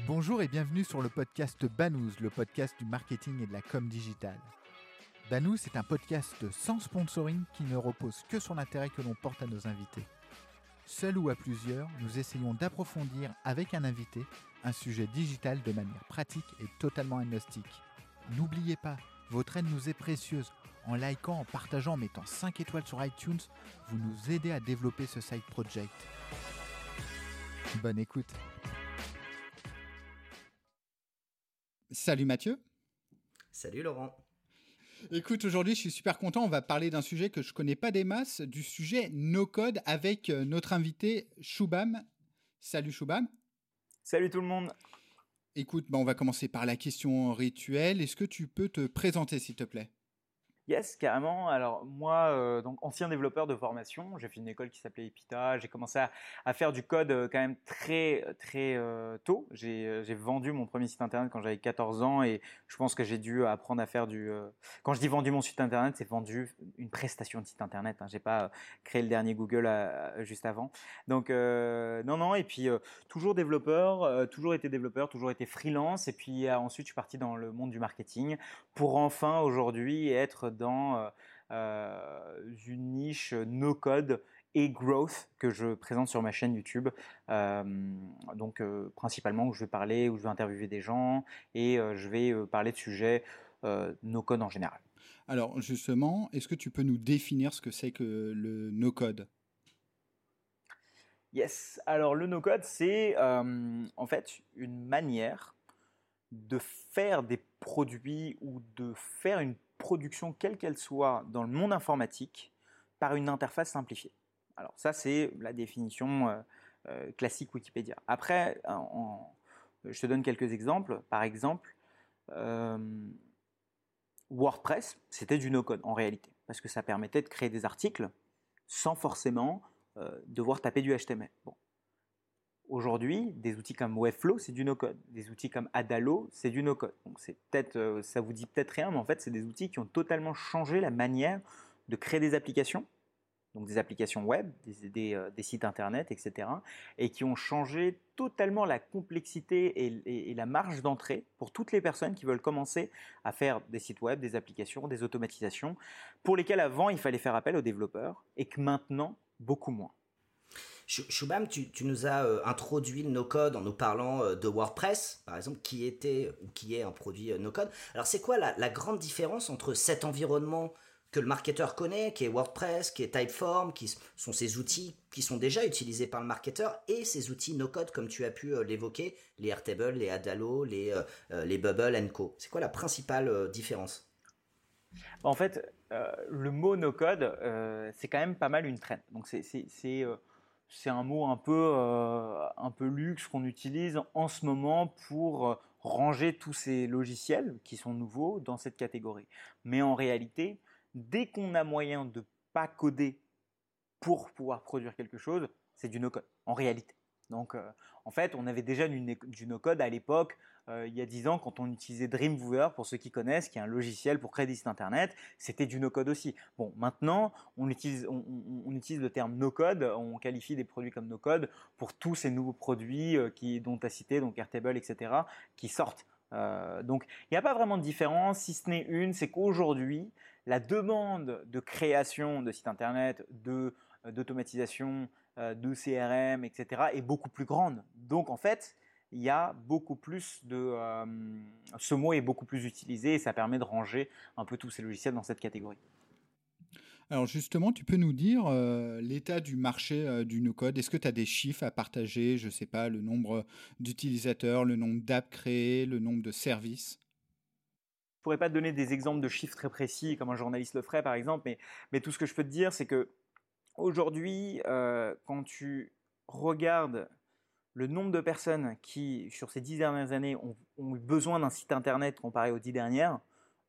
Bonjour et bienvenue sur le podcast Banous, le podcast du marketing et de la com digitale. Banous est un podcast sans sponsoring qui ne repose que sur l'intérêt que l'on porte à nos invités. Seul ou à plusieurs, nous essayons d'approfondir avec un invité un sujet digital de manière pratique et totalement agnostique. N'oubliez pas, votre aide nous est précieuse. En likant, en partageant, en mettant 5 étoiles sur iTunes, vous nous aidez à développer ce side project. Bonne écoute. Salut Mathieu. Salut Laurent. Écoute, aujourd'hui, je suis super content. On va parler d'un sujet que je connais pas des masses, du sujet no-code avec notre invité Shubham. Salut Shubham. Salut tout le monde. Écoute, on va commencer par la question rituelle. Est-ce que tu peux te présenter, s'il te plaît ? Yes, carrément. Alors moi, donc ancien développeur de formation, j'ai fait une école qui s'appelait Epita. J'ai commencé à faire du code quand même très tôt. J'ai vendu mon premier site internet quand j'avais 14 ans et je pense que j'ai dû apprendre à faire du. Quand je dis vendu mon site internet, c'est vendu une prestation de site internet. J'ai pas créé le dernier Google juste avant. Donc non. Et puis toujours développeur, toujours été freelance. Et puis ensuite, je suis parti dans le monde du marketing pour enfin aujourd'hui être dans une niche no-code et growth que je présente sur ma chaîne YouTube. Donc principalement où je vais interviewer des gens et je vais parler de sujets no-code en général. Alors justement, est-ce que tu peux nous définir ce que c'est que le no-code ? Yes. Alors le no-code, c'est en fait une manière de faire des produits ou de faire une production quelle qu'elle soit dans le monde informatique par une interface simplifiée. Alors ça, c'est la définition classique Wikipédia. Après, je te donne quelques exemples. Par exemple, WordPress, c'était du no-code en réalité, parce que ça permettait de créer des articles sans forcément devoir taper du HTML. Bon. Aujourd'hui, des outils comme Webflow, c'est du no-code. Des outils comme Adalo, c'est du no-code. Donc c'est peut-être, ça vous dit peut-être rien, mais en fait, c'est des outils qui ont totalement changé la manière de créer des applications, donc des applications web, des sites internet, etc., et qui ont changé totalement la complexité et la marge d'entrée pour toutes les personnes qui veulent commencer à faire des sites web, des applications, des automatisations, pour lesquelles avant, il fallait faire appel aux développeurs, et que maintenant, beaucoup moins. Shubham, tu nous as introduit le no-code en nous parlant de WordPress, par exemple, qui était ou qui est un produit no-code. Alors, c'est quoi la grande différence entre cet environnement que le marketeur connaît, qui est WordPress, qui est Typeform, qui sont ces outils qui sont déjà utilisés par le marketeur, et ces outils no-code, comme tu as pu l'évoquer, les Airtable, les Adalo, les Bubble & Co. C'est quoi la principale différence ? En fait, le mot no-code, c'est quand même pas mal une traîne. Donc, c'est un mot un peu luxe qu'on utilise en ce moment pour ranger tous ces logiciels qui sont nouveaux dans cette catégorie. Mais en réalité, dès qu'on a moyen de pas coder pour pouvoir produire quelque chose, c'est du no-code en réalité. Donc, en fait, on avait déjà du no-code à l'époque, il y a 10 ans, quand on utilisait Dreamweaver, pour ceux qui connaissent, qui est un logiciel pour créer des sites internet, c'était du no-code aussi. Bon, maintenant, on utilise le terme no-code, on qualifie des produits comme no-code pour tous ces nouveaux produits dont tu as cité, donc Airtable, etc., qui sortent. Donc, il n'y a pas vraiment de différence, si ce n'est une, c'est qu'aujourd'hui, la demande de création de sites internet, d'automatisation, de CRM, etc., est beaucoup plus grande. Donc, en fait, il y a beaucoup plus ce mot est beaucoup plus utilisé et ça permet de ranger un peu tous ces logiciels dans cette catégorie. Alors justement, tu peux nous dire l'état du marché du no-code. Est-ce que tu as des chiffres à partager ? Je ne sais pas, le nombre d'utilisateurs, le nombre d'apps créées, le nombre de services ? Je ne pourrais pas te donner des exemples de chiffres très précis comme un journaliste le ferait par exemple, mais tout ce que je peux te dire, c'est que aujourd'hui, quand tu regardes le nombre de personnes qui, sur ces 10 dernières années, ont eu besoin d'un site internet comparé aux 10 dernières,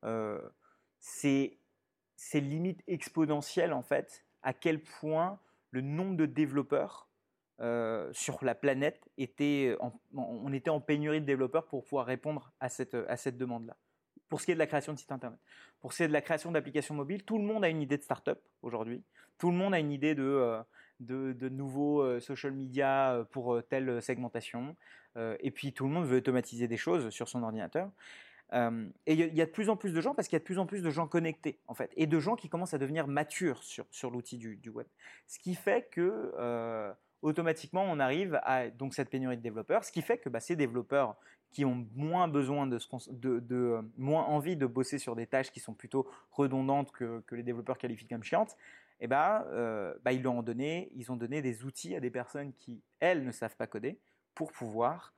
c'est limite exponentiel en fait, à quel point le nombre de développeurs sur la planète on était en pénurie de développeurs pour pouvoir répondre à cette demande-là. Pour ce qui est de la création de sites internet. Pour ce qui est de la création d'applications mobiles, tout le monde a une idée de start-up aujourd'hui. Tout le monde a une idée de nouveaux social media pour telle segmentation. Et puis tout le monde veut automatiser des choses sur son ordinateur. Et il y a de plus en plus de gens, parce qu'il y a de plus en plus de gens connectés, en fait, et de gens qui commencent à devenir matures sur l'outil du web. Ce qui fait que automatiquement, on arrive à donc cette pénurie de développeurs, ce qui fait que ces développeurs qui ont moins besoin moins envie de bosser sur des tâches qui sont plutôt redondantes que les développeurs qualifient comme chiantes, ils ont donné des outils à des personnes qui, elles, ne savent pas coder pour pouvoir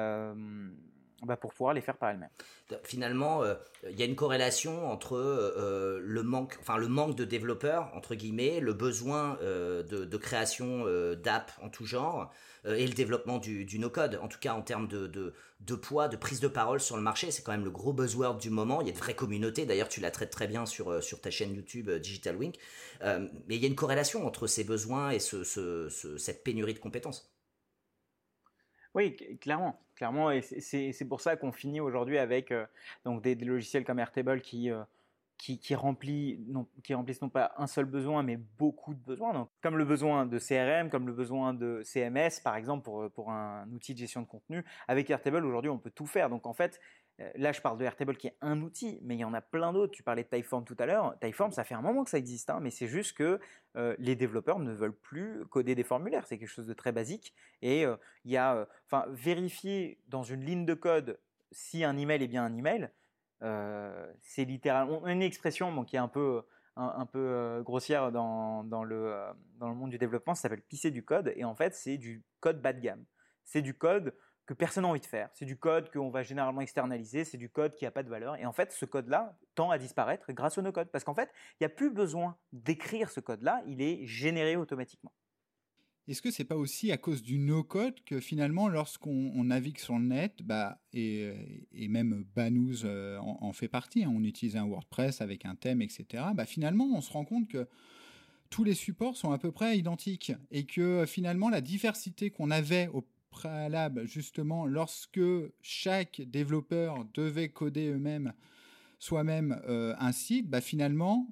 les faire par elles-mêmes. Finalement, il y a une corrélation entre le manque de développeurs, entre guillemets, le besoin de création d'apps en tout genre, et le développement du no-code. En tout cas, en termes de poids, de prise de parole sur le marché, c'est quand même le gros buzzword du moment. Il y a de vraies communautés. D'ailleurs, tu la traites très bien sur ta chaîne YouTube Digital Wink. Mais il y a une corrélation entre ces besoins et cette pénurie de compétences. Oui, clairement, et c'est pour ça qu'on finit aujourd'hui avec donc des logiciels comme Airtable qui remplissent non pas un seul besoin, mais beaucoup de besoins. Donc, comme le besoin de CRM, comme le besoin de CMS, par exemple, pour un outil de gestion de contenu. Avec Airtable, aujourd'hui, on peut tout faire. Donc, en fait, là, je parle de Airtable qui est un outil, mais il y en a plein d'autres. Tu parlais de Typeform tout à l'heure. Typeform, ça fait un moment que ça existe, hein, mais c'est juste que les développeurs ne veulent plus coder des formulaires. C'est quelque chose de très basique. Et il y a, vérifier dans une ligne de code si un email est bien un email. C'est littéralement une expression qui est un peu grossière dans le monde du développement. Ça s'appelle pisser du code, et en fait c'est du code bas de gamme. C'est du code que personne n'a envie de faire, c'est du code qu'on va généralement externaliser, c'est du code qui n'a pas de valeur, et en fait ce code là tend à disparaître grâce au no-code, parce qu'en fait il n'y a plus besoin d'écrire ce code là, il est généré automatiquement. Est-ce que c'est pas aussi à cause du no-code que finalement, lorsqu'on navigue sur le net, et même Banous en fait partie, hein, on utilise un WordPress avec un thème, etc., finalement, on se rend compte que tous les supports sont à peu près identiques, et que finalement, la diversité qu'on avait au préalable, justement, lorsque chaque développeur devait coder soi-même un site, finalement,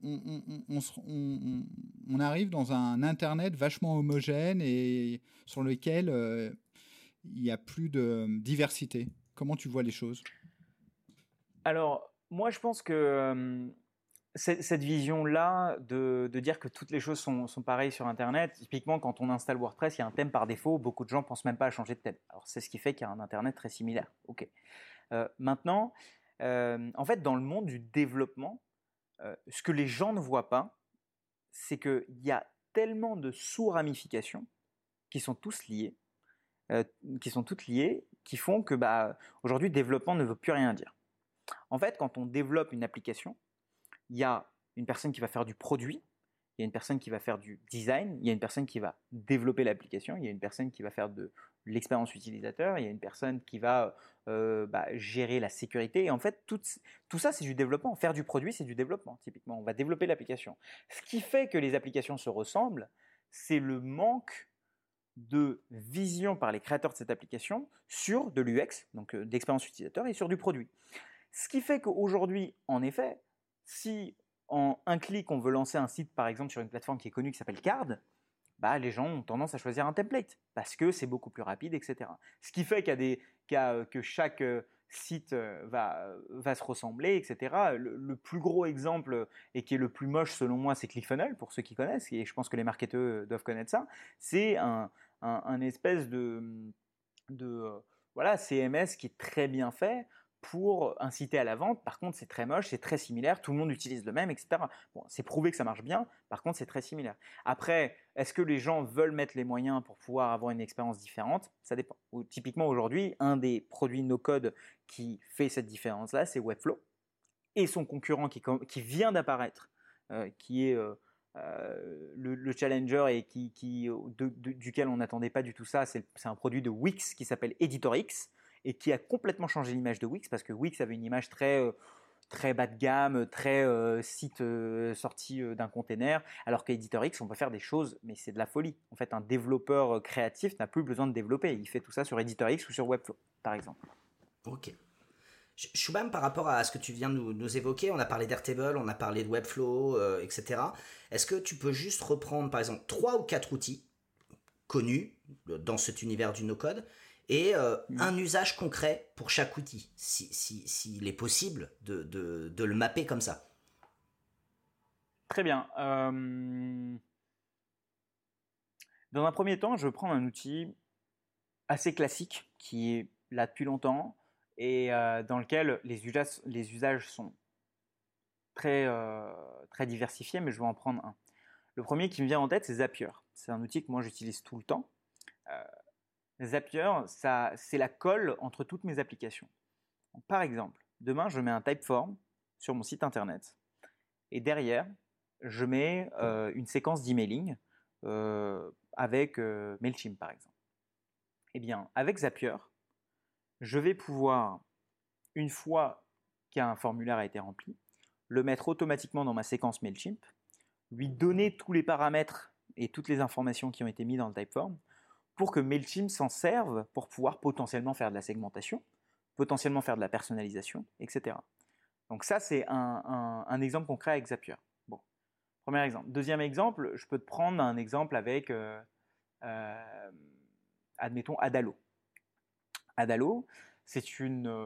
on arrive dans un Internet vachement homogène et sur lequel il n'y a plus de diversité. Comment tu vois les choses ? Alors, moi, je pense que cette vision-là de dire que toutes les choses sont pareilles sur Internet, typiquement, quand on installe WordPress, il y a un thème par défaut, beaucoup de gens ne pensent même pas à changer de thème. Alors, c'est ce qui fait qu'il y a un Internet très similaire. Ok. Maintenant, en fait, dans le monde du développement, ce que les gens ne voient pas, c'est qu'il y a tellement de sous-ramifications qui sont toutes liées, qui font que aujourd'hui, développement ne veut plus rien dire. En fait, quand on développe une application, il y a une personne qui va faire du produit, il y a une personne qui va faire du design, il y a une personne qui va développer l'application, il y a une personne qui va faire de l'expérience utilisateur, il y a une personne qui va gérer la sécurité. Et en fait, tout ça, c'est du développement. Faire du produit, c'est du développement, typiquement. On va développer l'application. Ce qui fait que les applications se ressemblent, c'est le manque de vision par les créateurs de cette application sur de l'UX, donc d'expérience utilisateur, et sur du produit. Ce qui fait qu'aujourd'hui, en effet, si en un clic, on veut lancer un site, par exemple, sur une plateforme qui est connue qui s'appelle Card, les gens ont tendance à choisir un template parce que c'est beaucoup plus rapide, etc. Ce qui fait que chaque site va se ressembler, etc. Le plus gros exemple, et qui est le plus moche selon moi, c'est ClickFunnels, pour ceux qui connaissent, et je pense que les marketeurs doivent connaître ça. C'est un espèce de CMS qui est très bien fait pour inciter à la vente. Par contre, c'est très moche, c'est très similaire, tout le monde utilise le même, etc. Bon, c'est prouvé que ça marche bien, par contre, c'est très similaire. Après, est-ce que les gens veulent mettre les moyens pour pouvoir avoir une expérience différente ? Ça dépend. Typiquement, aujourd'hui, un des produits no-code qui fait cette différence-là, c'est Webflow. Et son concurrent qui vient d'apparaître, qui est le challenger, et duquel on n'attendait pas du tout ça, c'est un produit de Wix qui s'appelle EditorX, et qui a complètement changé l'image de Wix, parce que Wix avait une image très bas de gamme, très site sorti d'un container, alors qu'EditorX, on peut faire des choses, mais c'est de la folie. En fait, un développeur créatif n'a plus besoin de développer, il fait tout ça sur EditorX ou sur Webflow, par exemple. Ok. Shubham, par rapport à ce que tu viens de nous évoquer, on a parlé d'Airtable, on a parlé de Webflow, etc. Est-ce que tu peux juste reprendre, par exemple, 3 ou 4 outils connu dans cet univers du no-code et un usage concret pour chaque outil, s'il est possible de le mapper comme ça. Très bien. Dans un premier temps, je vais prendre un outil assez classique qui est là depuis longtemps et dans lequel les usages sont très diversifiés, mais je vais en prendre un. Le premier qui me vient en tête, c'est Zapier. C'est un outil que moi j'utilise tout le temps. Zapier, c'est la colle entre toutes mes applications. Donc, par exemple, demain, je mets un Typeform sur mon site internet et derrière, je mets une séquence d'emailing avec Mailchimp, par exemple. Eh bien, avec Zapier, je vais pouvoir, une fois qu'un formulaire a été rempli, le mettre automatiquement dans ma séquence Mailchimp, lui donner tous les paramètres et toutes les informations qui ont été mises dans le Typeform pour que Mailchimp s'en serve pour pouvoir potentiellement faire de la segmentation, potentiellement faire de la personnalisation, etc. Donc ça, c'est un exemple concret avec Zapier. Bon, premier exemple. Deuxième exemple, je peux te prendre un exemple avec, admettons, Adalo. Adalo, c'est une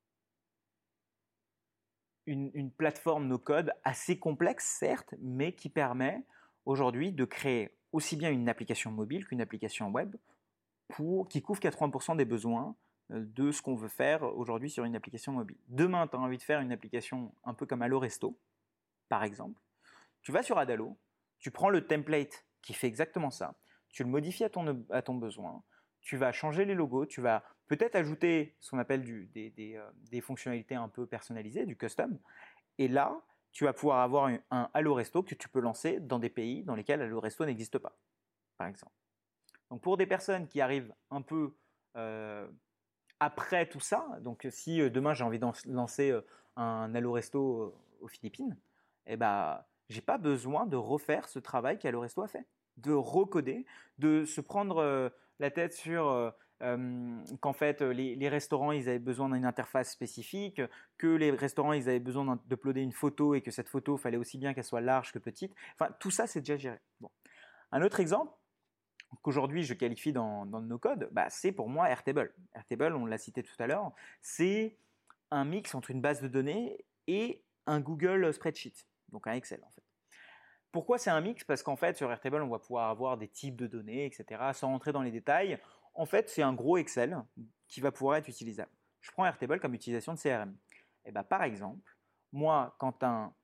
plateforme no-code assez complexe, certes, mais qui permet aujourd'hui de créer aussi bien une application mobile qu'une application web qui couvre 80% des besoins de ce qu'on veut faire aujourd'hui sur une application mobile. Demain, tu as envie de faire une application un peu comme Allo Resto, par exemple. Tu vas sur Adalo, tu prends le template qui fait exactement ça, tu le modifies à ton besoin, tu vas changer les logos, tu vas peut-être ajouter ce qu'on appelle des fonctionnalités un peu personnalisées, du custom, et là, tu vas pouvoir avoir un Allo Resto que tu peux lancer dans des pays dans lesquels Allo Resto n'existe pas, par exemple. Donc pour des personnes qui arrivent un peu après tout ça, donc si demain j'ai envie de lancer un Allo Resto aux Philippines, eh ben, j'ai pas besoin de refaire ce travail qu'Allo Resto a fait, de recoder, de se prendre la tête sur qu'en fait les restaurants ils avaient besoin d'une interface spécifique, que les restaurants ils avaient besoin d'uploader une photo et que cette photo fallait aussi bien qu'elle soit large que petite. Enfin tout ça c'est déjà géré. Bon. Un autre exemple qu'aujourd'hui je qualifie dans le no-code, c'est pour moi Airtable. Airtable, on l'a cité tout à l'heure, c'est un mix entre une base de données et un Google Spreadsheet, donc un Excel en fait. Pourquoi c'est un mix? Parce qu'en fait sur Airtable on va pouvoir avoir des types de données, etc. Sans rentrer dans les détails, en fait c'est un gros Excel qui va pouvoir être utilisable. Je prends Airtable comme utilisation de CRM. Et par exemple, moi quand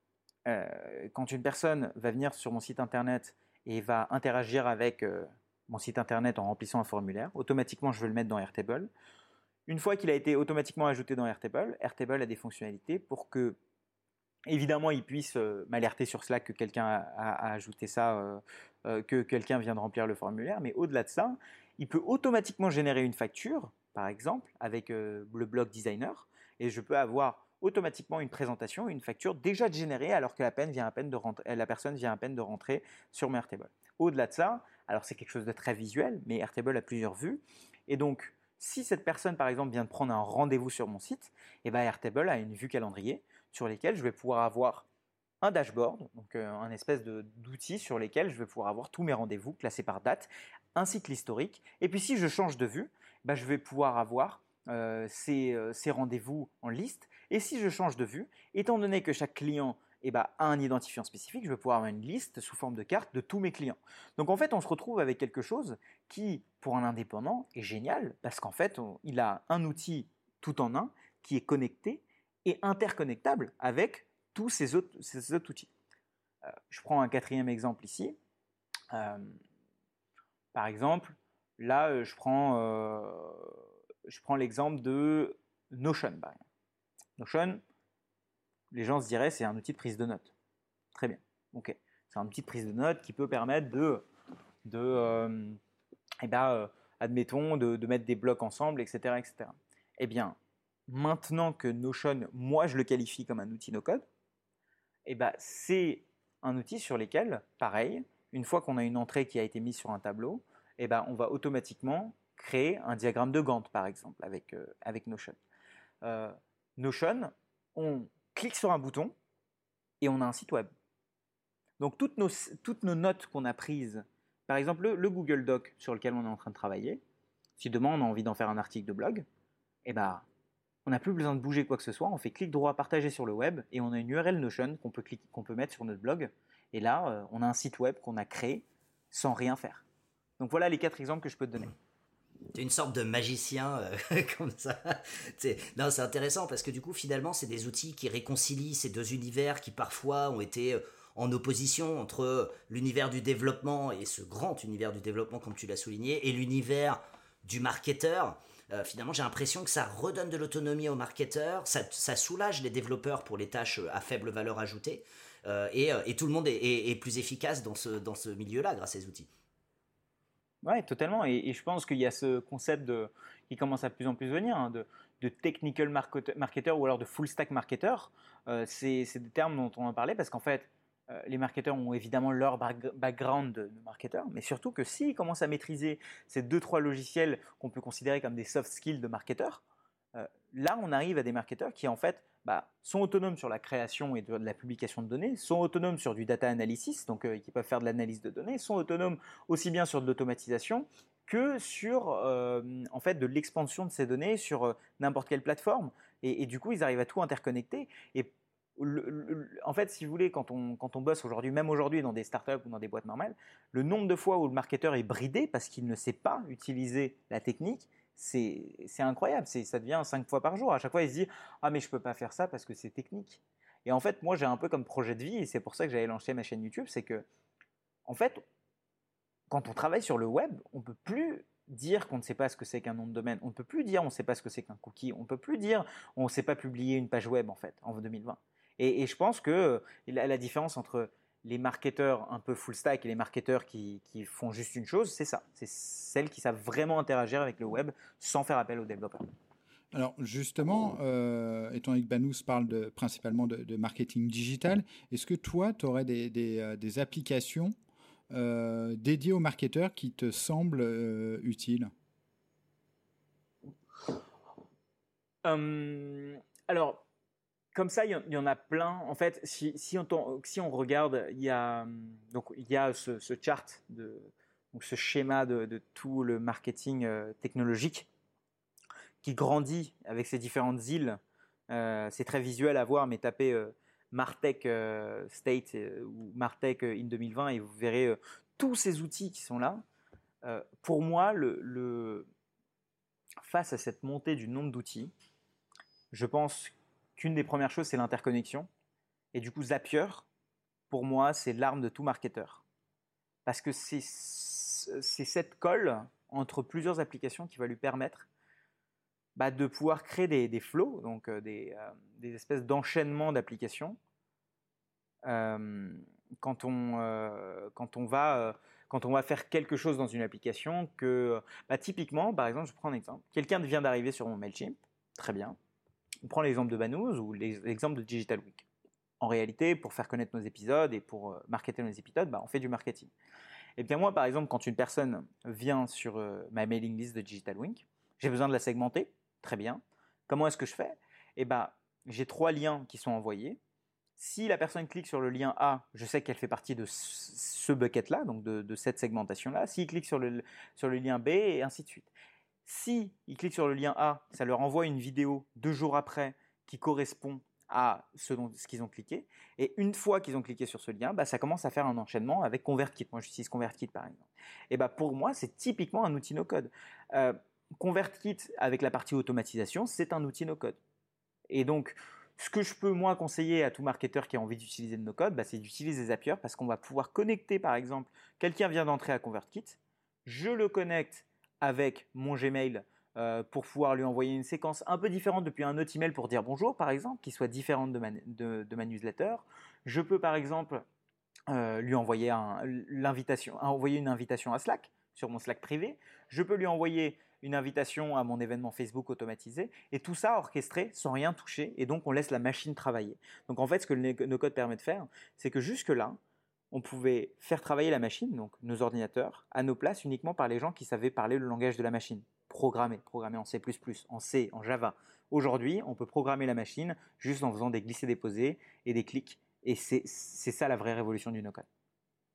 une personne va venir sur mon site internet et va interagir avec mon site internet en remplissant un formulaire, automatiquement je vais le mettre dans Airtable. Une fois qu'il a été automatiquement ajouté dans Airtable, Airtable a des fonctionnalités pour que, évidemment, il puisse m'alerter sur Slack que quelqu'un a ajouté ça, que quelqu'un vient de remplir le formulaire, mais au-delà de ça, il peut automatiquement générer une facture, par exemple, avec le bloc designer, et je peux avoir automatiquement une présentation, une facture déjà générée alors que la personne vient à peine de rentrer sur mon Airtable. Au-delà de ça, alors c'est quelque chose de très visuel, mais Airtable a plusieurs vues. Et donc, si cette personne, par exemple, vient de prendre un rendez-vous sur mon site, Airtable a une vue calendrier sur lesquelles je vais pouvoir avoir un dashboard, donc un espèce d'outil sur lesquels je vais pouvoir avoir tous mes rendez-vous classés par date, ainsi que l'historique. Et puis si je change de vue, je vais pouvoir avoir ces rendez-vous en liste. Et si je change de vue, étant donné que chaque client a un identifiant spécifique, je vais pouvoir avoir une liste sous forme de carte de tous mes clients. Donc en fait, on se retrouve avec quelque chose qui, pour un indépendant, est génial parce qu'en fait, il a un outil tout en un qui est connecté et interconnectable avec tous ces autres outils. Je prends un quatrième exemple ici. Par exemple, là, je prends l'exemple de Notion. Notion, les gens se diraient c'est un outil de prise de notes. Très bien. Ok. C'est un outil de prise de notes qui peut permettre admettons, de mettre des blocs ensemble, etc., etc. Eh bien, maintenant que Notion, moi, je le qualifie comme un outil no-code, c'est un outil sur lequel, pareil, une fois qu'on a une entrée qui a été mise sur un tableau, on va automatiquement créer un diagramme de Gantt, par exemple, avec Notion. Notion, on clique sur un bouton et on a un site web. Donc toutes nos notes qu'on a prises par exemple, le Google Doc sur lequel on est en train de travailler, si demain on a envie d'en faire un article de blog, eh ben, on n'a plus besoin de bouger quoi que ce soit, on fait clic droit partager sur le web et on a une URL Notion qu'on peut mettre sur notre blog. Et là, on a un site web qu'on a créé sans rien faire. Donc voilà les 4 exemples que je peux te donner. T'es une sorte de magicien comme ça. Non, c'est intéressant parce que du coup, finalement, c'est des outils qui réconcilient ces deux univers qui parfois ont été en opposition entre l'univers du développement et ce grand univers du développement, comme tu l'as souligné, et l'univers du marketeur. Finalement, j'ai l'impression que ça redonne de l'autonomie aux marketeurs, ça soulage les développeurs pour les tâches à faible valeur ajoutée, et tout le monde est plus efficace dans ce milieu-là grâce à ces outils. Oui, totalement. Et je pense qu'il y a ce concept qui commence à plus en plus venir, hein, de technical marketer ou alors de full stack marketer. C'est des termes dont on en parlait parce qu'en fait, les marketeurs ont évidemment leur background de marketeur, mais surtout que s'ils commencent à maîtriser ces 2-3 logiciels qu'on peut considérer comme des soft skills de marketeurs, là on arrive à des marketeurs qui en fait sont autonomes sur la création et de la publication de données, sont autonomes sur du data analysis, donc qui peuvent faire de l'analyse de données, sont autonomes aussi bien sur de l'automatisation que sur en fait de l'expansion de ces données sur n'importe quelle plateforme. Et du coup, ils arrivent à tout interconnecter. Et en fait, si vous voulez, quand on bosse aujourd'hui, même aujourd'hui dans des startups ou dans des boîtes normales, le nombre de fois où le marketeur est bridé parce qu'il ne sait pas utiliser la technique, c'est incroyable. Ça devient 5 fois par jour. À chaque fois, il se dit « Ah, mais je ne peux pas faire ça parce que c'est technique. » Et en fait, moi, j'ai un peu comme projet de vie, et c'est pour ça que j'avais lancé ma chaîne YouTube, c'est que, en fait, quand on travaille sur le web, on ne peut plus dire qu'on ne sait pas ce que c'est qu'un nom de domaine. On ne peut plus dire on ne sait pas ce que c'est qu'un cookie. On ne peut plus dire on ne sait pas publier une page web, en fait, en 2020. Et je pense que la différence entre les marketeurs un peu full stack et les marketeurs qui font juste une chose, c'est ça. C'est celles qui savent vraiment interagir avec le web sans faire appel aux développeurs. Alors justement, étant donné que Banous parle principalement de marketing digital, est-ce que toi, tu aurais des applications dédiées aux marketeurs qui te semblent utiles? Alors, comme ça, il y en a plein. En fait, si on regarde, il y a ce chart, donc ce schéma de tout le marketing technologique qui grandit avec ces différentes îles. C'est très visuel à voir, mais tapez Martech State ou Martech in 2020 et vous verrez tous ces outils qui sont là. Pour moi, face à cette montée du nombre d'outils, je pense qu'une des premières choses, c'est l'interconnexion. Et du coup, Zapier, pour moi, c'est l'arme de tout marketeur. Parce que c'est cette colle entre plusieurs applications qui va lui permettre de pouvoir créer des flows, donc des espèces d'enchaînements d'applications. Quand on va faire quelque chose dans une application, typiquement, par exemple, je prends un exemple. Quelqu'un vient d'arriver sur mon Mailchimp, très bien. On prend l'exemple de Banous ou l'exemple de Digital Week. En réalité, pour faire connaître nos épisodes et pour marketer nos épisodes, on fait du marketing. Et bien moi, par exemple, quand une personne vient sur ma mailing list de Digital Week, j'ai besoin de la segmenter, très bien. Comment est-ce que je fais ? J'ai 3 liens qui sont envoyés. Si la personne clique sur le lien A, je sais qu'elle fait partie de ce bucket-là, donc de cette segmentation-là. S'il clique sur le lien B, et ainsi de suite. Si ils cliquent sur le lien A, ça leur envoie une vidéo 2 jours après qui correspond à ce qu'ils ont cliqué. Et une fois qu'ils ont cliqué sur ce lien, ça commence à faire un enchaînement avec ConvertKit. Moi, j'utilise ConvertKit, par exemple. Et pour moi, c'est typiquement un outil no-code. ConvertKit, avec la partie automatisation, c'est un outil no-code. Et donc, ce que je peux, moi, conseiller à tout marketeur qui a envie d'utiliser le no-code, c'est d'utiliser Zapier parce qu'on va pouvoir connecter, par exemple, quelqu'un vient d'entrer à ConvertKit, je le connecte avec mon Gmail pour pouvoir lui envoyer une séquence un peu différente depuis un autre email pour dire bonjour, par exemple, qui soit différente de ma newsletter. Je peux, par exemple, lui envoyer envoyer une invitation à Slack, sur mon Slack privé. Je peux lui envoyer une invitation à mon événement Facebook automatisé, et tout ça orchestré sans rien toucher, et donc on laisse la machine travailler. Donc en fait, ce que le no-code permet de faire, c'est que jusque-là, on pouvait faire travailler la machine, donc nos ordinateurs, à nos places uniquement par les gens qui savaient parler le langage de la machine. Programmer en C++, en C, en Java. Aujourd'hui, on peut programmer la machine juste en faisant des glisser-déposer et des clics. Et c'est ça la vraie révolution du no-code.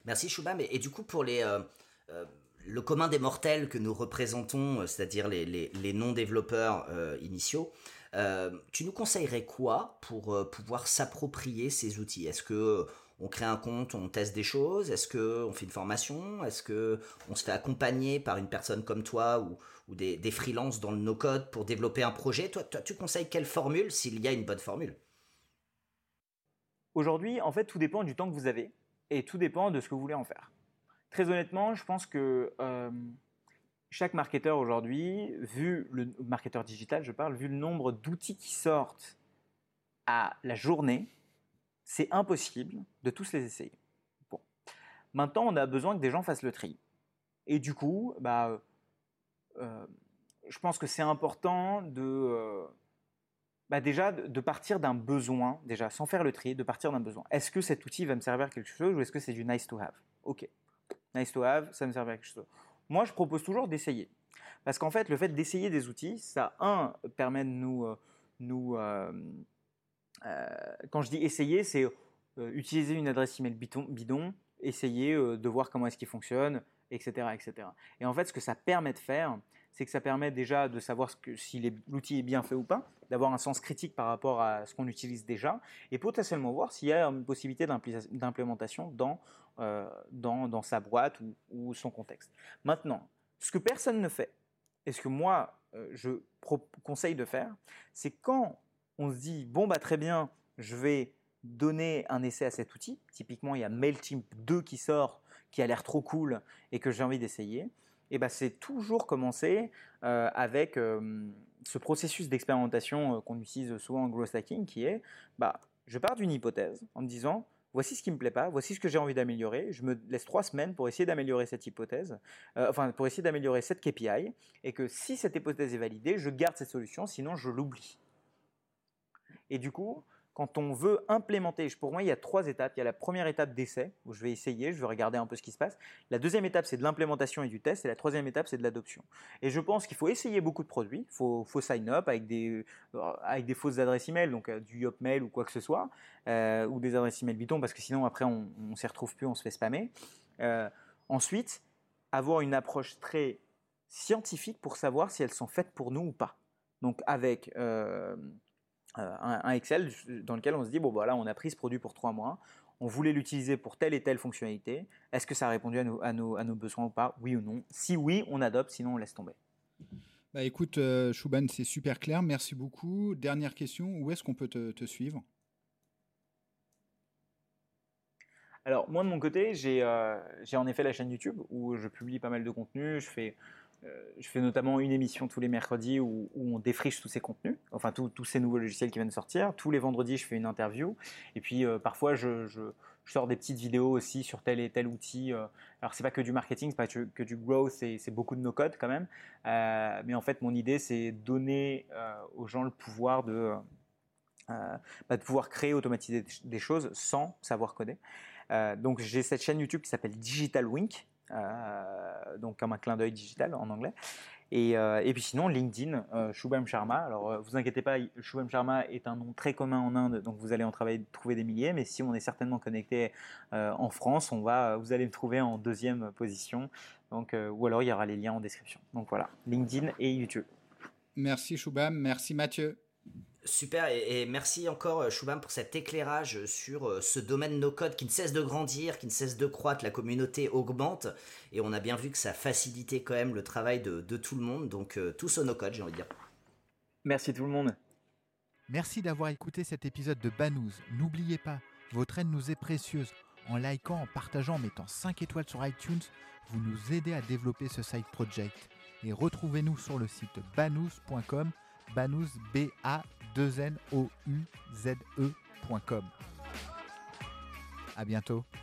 Merci Shubham. Et du coup, pour le commun des mortels que nous représentons, c'est-à-dire les non-développeurs initiaux, tu nous conseillerais quoi pour pouvoir s'approprier ces outils? Est-ce que on crée un compte, on teste des choses? Est-ce que on fait une formation? Est-ce que on se fait accompagner par une personne comme toi ou des freelances dans le no-code pour développer un projet? Toi, tu conseilles quelle formule s'il y a une bonne formule? Aujourd'hui, en fait, tout dépend du temps que vous avez et tout dépend de ce que vous voulez en faire. Très honnêtement, je pense que chaque marketeur aujourd'hui, vu le marketeur digital, je parle, vu le nombre d'outils qui sortent à la journée, c'est impossible de tous les essayer. Bon. Maintenant, on a besoin que des gens fassent le tri. Et du coup, je pense que c'est important déjà de partir d'un besoin, déjà sans faire le tri, de partir d'un besoin. Est-ce que cet outil va me servir à quelque chose ou est-ce que c'est du nice to have? Ok, nice to have, ça me sert à quelque chose. Moi, je propose toujours d'essayer. Parce qu'en fait, le fait d'essayer des outils, ça, permet de quand je dis essayer, c'est utiliser une adresse email bidon, essayer de voir comment est-ce qu'il fonctionne, etc., etc. Et en fait, ce que ça permet de faire, c'est que ça permet déjà de savoir si l'outil est bien fait ou pas, d'avoir un sens critique par rapport à ce qu'on utilise déjà, et potentiellement voir s'il y a une possibilité d'implémentation dans sa boîte ou son contexte. Maintenant, ce que personne ne fait, et ce que moi, je conseille de faire, c'est quand on se dit, bon, très bien, je vais donner un essai à cet outil. Typiquement, il y a MailChimp 2 qui sort, qui a l'air trop cool et que j'ai envie d'essayer. Et c'est toujours commencer avec ce processus d'expérimentation qu'on utilise souvent en growth hacking, qui est, je pars d'une hypothèse en me disant, voici ce qui ne me plaît pas, voici ce que j'ai envie d'améliorer. Je me laisse 3 semaines pour essayer d'améliorer cette hypothèse, pour essayer d'améliorer cette KPI, et que si cette hypothèse est validée, je garde cette solution, sinon je l'oublie. Et du coup, quand on veut implémenter, pour moi, il y a 3 étapes. Il y a la première étape d'essai, où je vais essayer, je vais regarder un peu ce qui se passe. La deuxième étape, c'est de l'implémentation et du test. Et la troisième étape, c'est de l'adoption. Et je pense qu'il faut essayer beaucoup de produits. Il faut sign up avec des fausses adresses email, donc du Yopmail ou quoi que ce soit, ou des adresses email bidon, parce que sinon, après, on ne s'y retrouve plus, on se fait spammer. Ensuite, avoir une approche très scientifique pour savoir si elles sont faites pour nous ou pas. Donc, avec un Excel dans lequel on se dit, on a pris ce produit pour 3 mois, on voulait l'utiliser pour telle et telle fonctionnalité, est-ce que ça a répondu à nos besoins ou pas, oui ou non? Si oui, on adopte, sinon on laisse tomber. Écoute, Shubham, c'est super clair, merci beaucoup. Dernière question, où est-ce qu'on peut te suivre? Alors moi de mon côté, j'ai en effet la chaîne YouTube où je publie pas mal de contenu, je fais notamment une émission tous les mercredis où on défriche tous ces contenus, enfin tous ces nouveaux logiciels qui viennent de sortir. Tous les vendredis, je fais une interview. Et puis parfois, je sors des petites vidéos aussi sur tel et tel outil. Alors, c'est pas que du marketing, c'est pas que du growth, c'est beaucoup de no-code quand même. Mais en fait, mon idée, c'est donner aux gens le pouvoir de pouvoir créer, automatiser des choses sans savoir coder. Donc, j'ai cette chaîne YouTube qui s'appelle Digital Wink. Donc comme un clin d'œil digital en anglais. Et puis sinon, LinkedIn, Shubham Sharma. Alors, vous inquiétez pas, Shubham Sharma est un nom très commun en Inde, donc vous allez trouver des milliers. Mais si on est certainement connecté en France, vous allez me trouver en 2e position. Donc, ou alors, il y aura les liens en description. Donc voilà, LinkedIn et YouTube. Merci Shubham, merci Mathieu. Super, et merci encore Shubham pour cet éclairage sur ce domaine no-code qui ne cesse de grandir, qui ne cesse de croître, la communauté augmente, et on a bien vu que ça facilitait quand même le travail de tout le monde, donc tous au no-code, j'ai envie de dire. Merci tout le monde. Merci d'avoir écouté cet épisode de Banous. N'oubliez pas, votre aide nous est précieuse. En likant, en partageant, en mettant 5 étoiles sur iTunes, vous nous aidez à développer ce side project. Et retrouvez-nous sur le site banous.com, Banous, B-A-2-N-O-U-Z-E.com. À bientôt.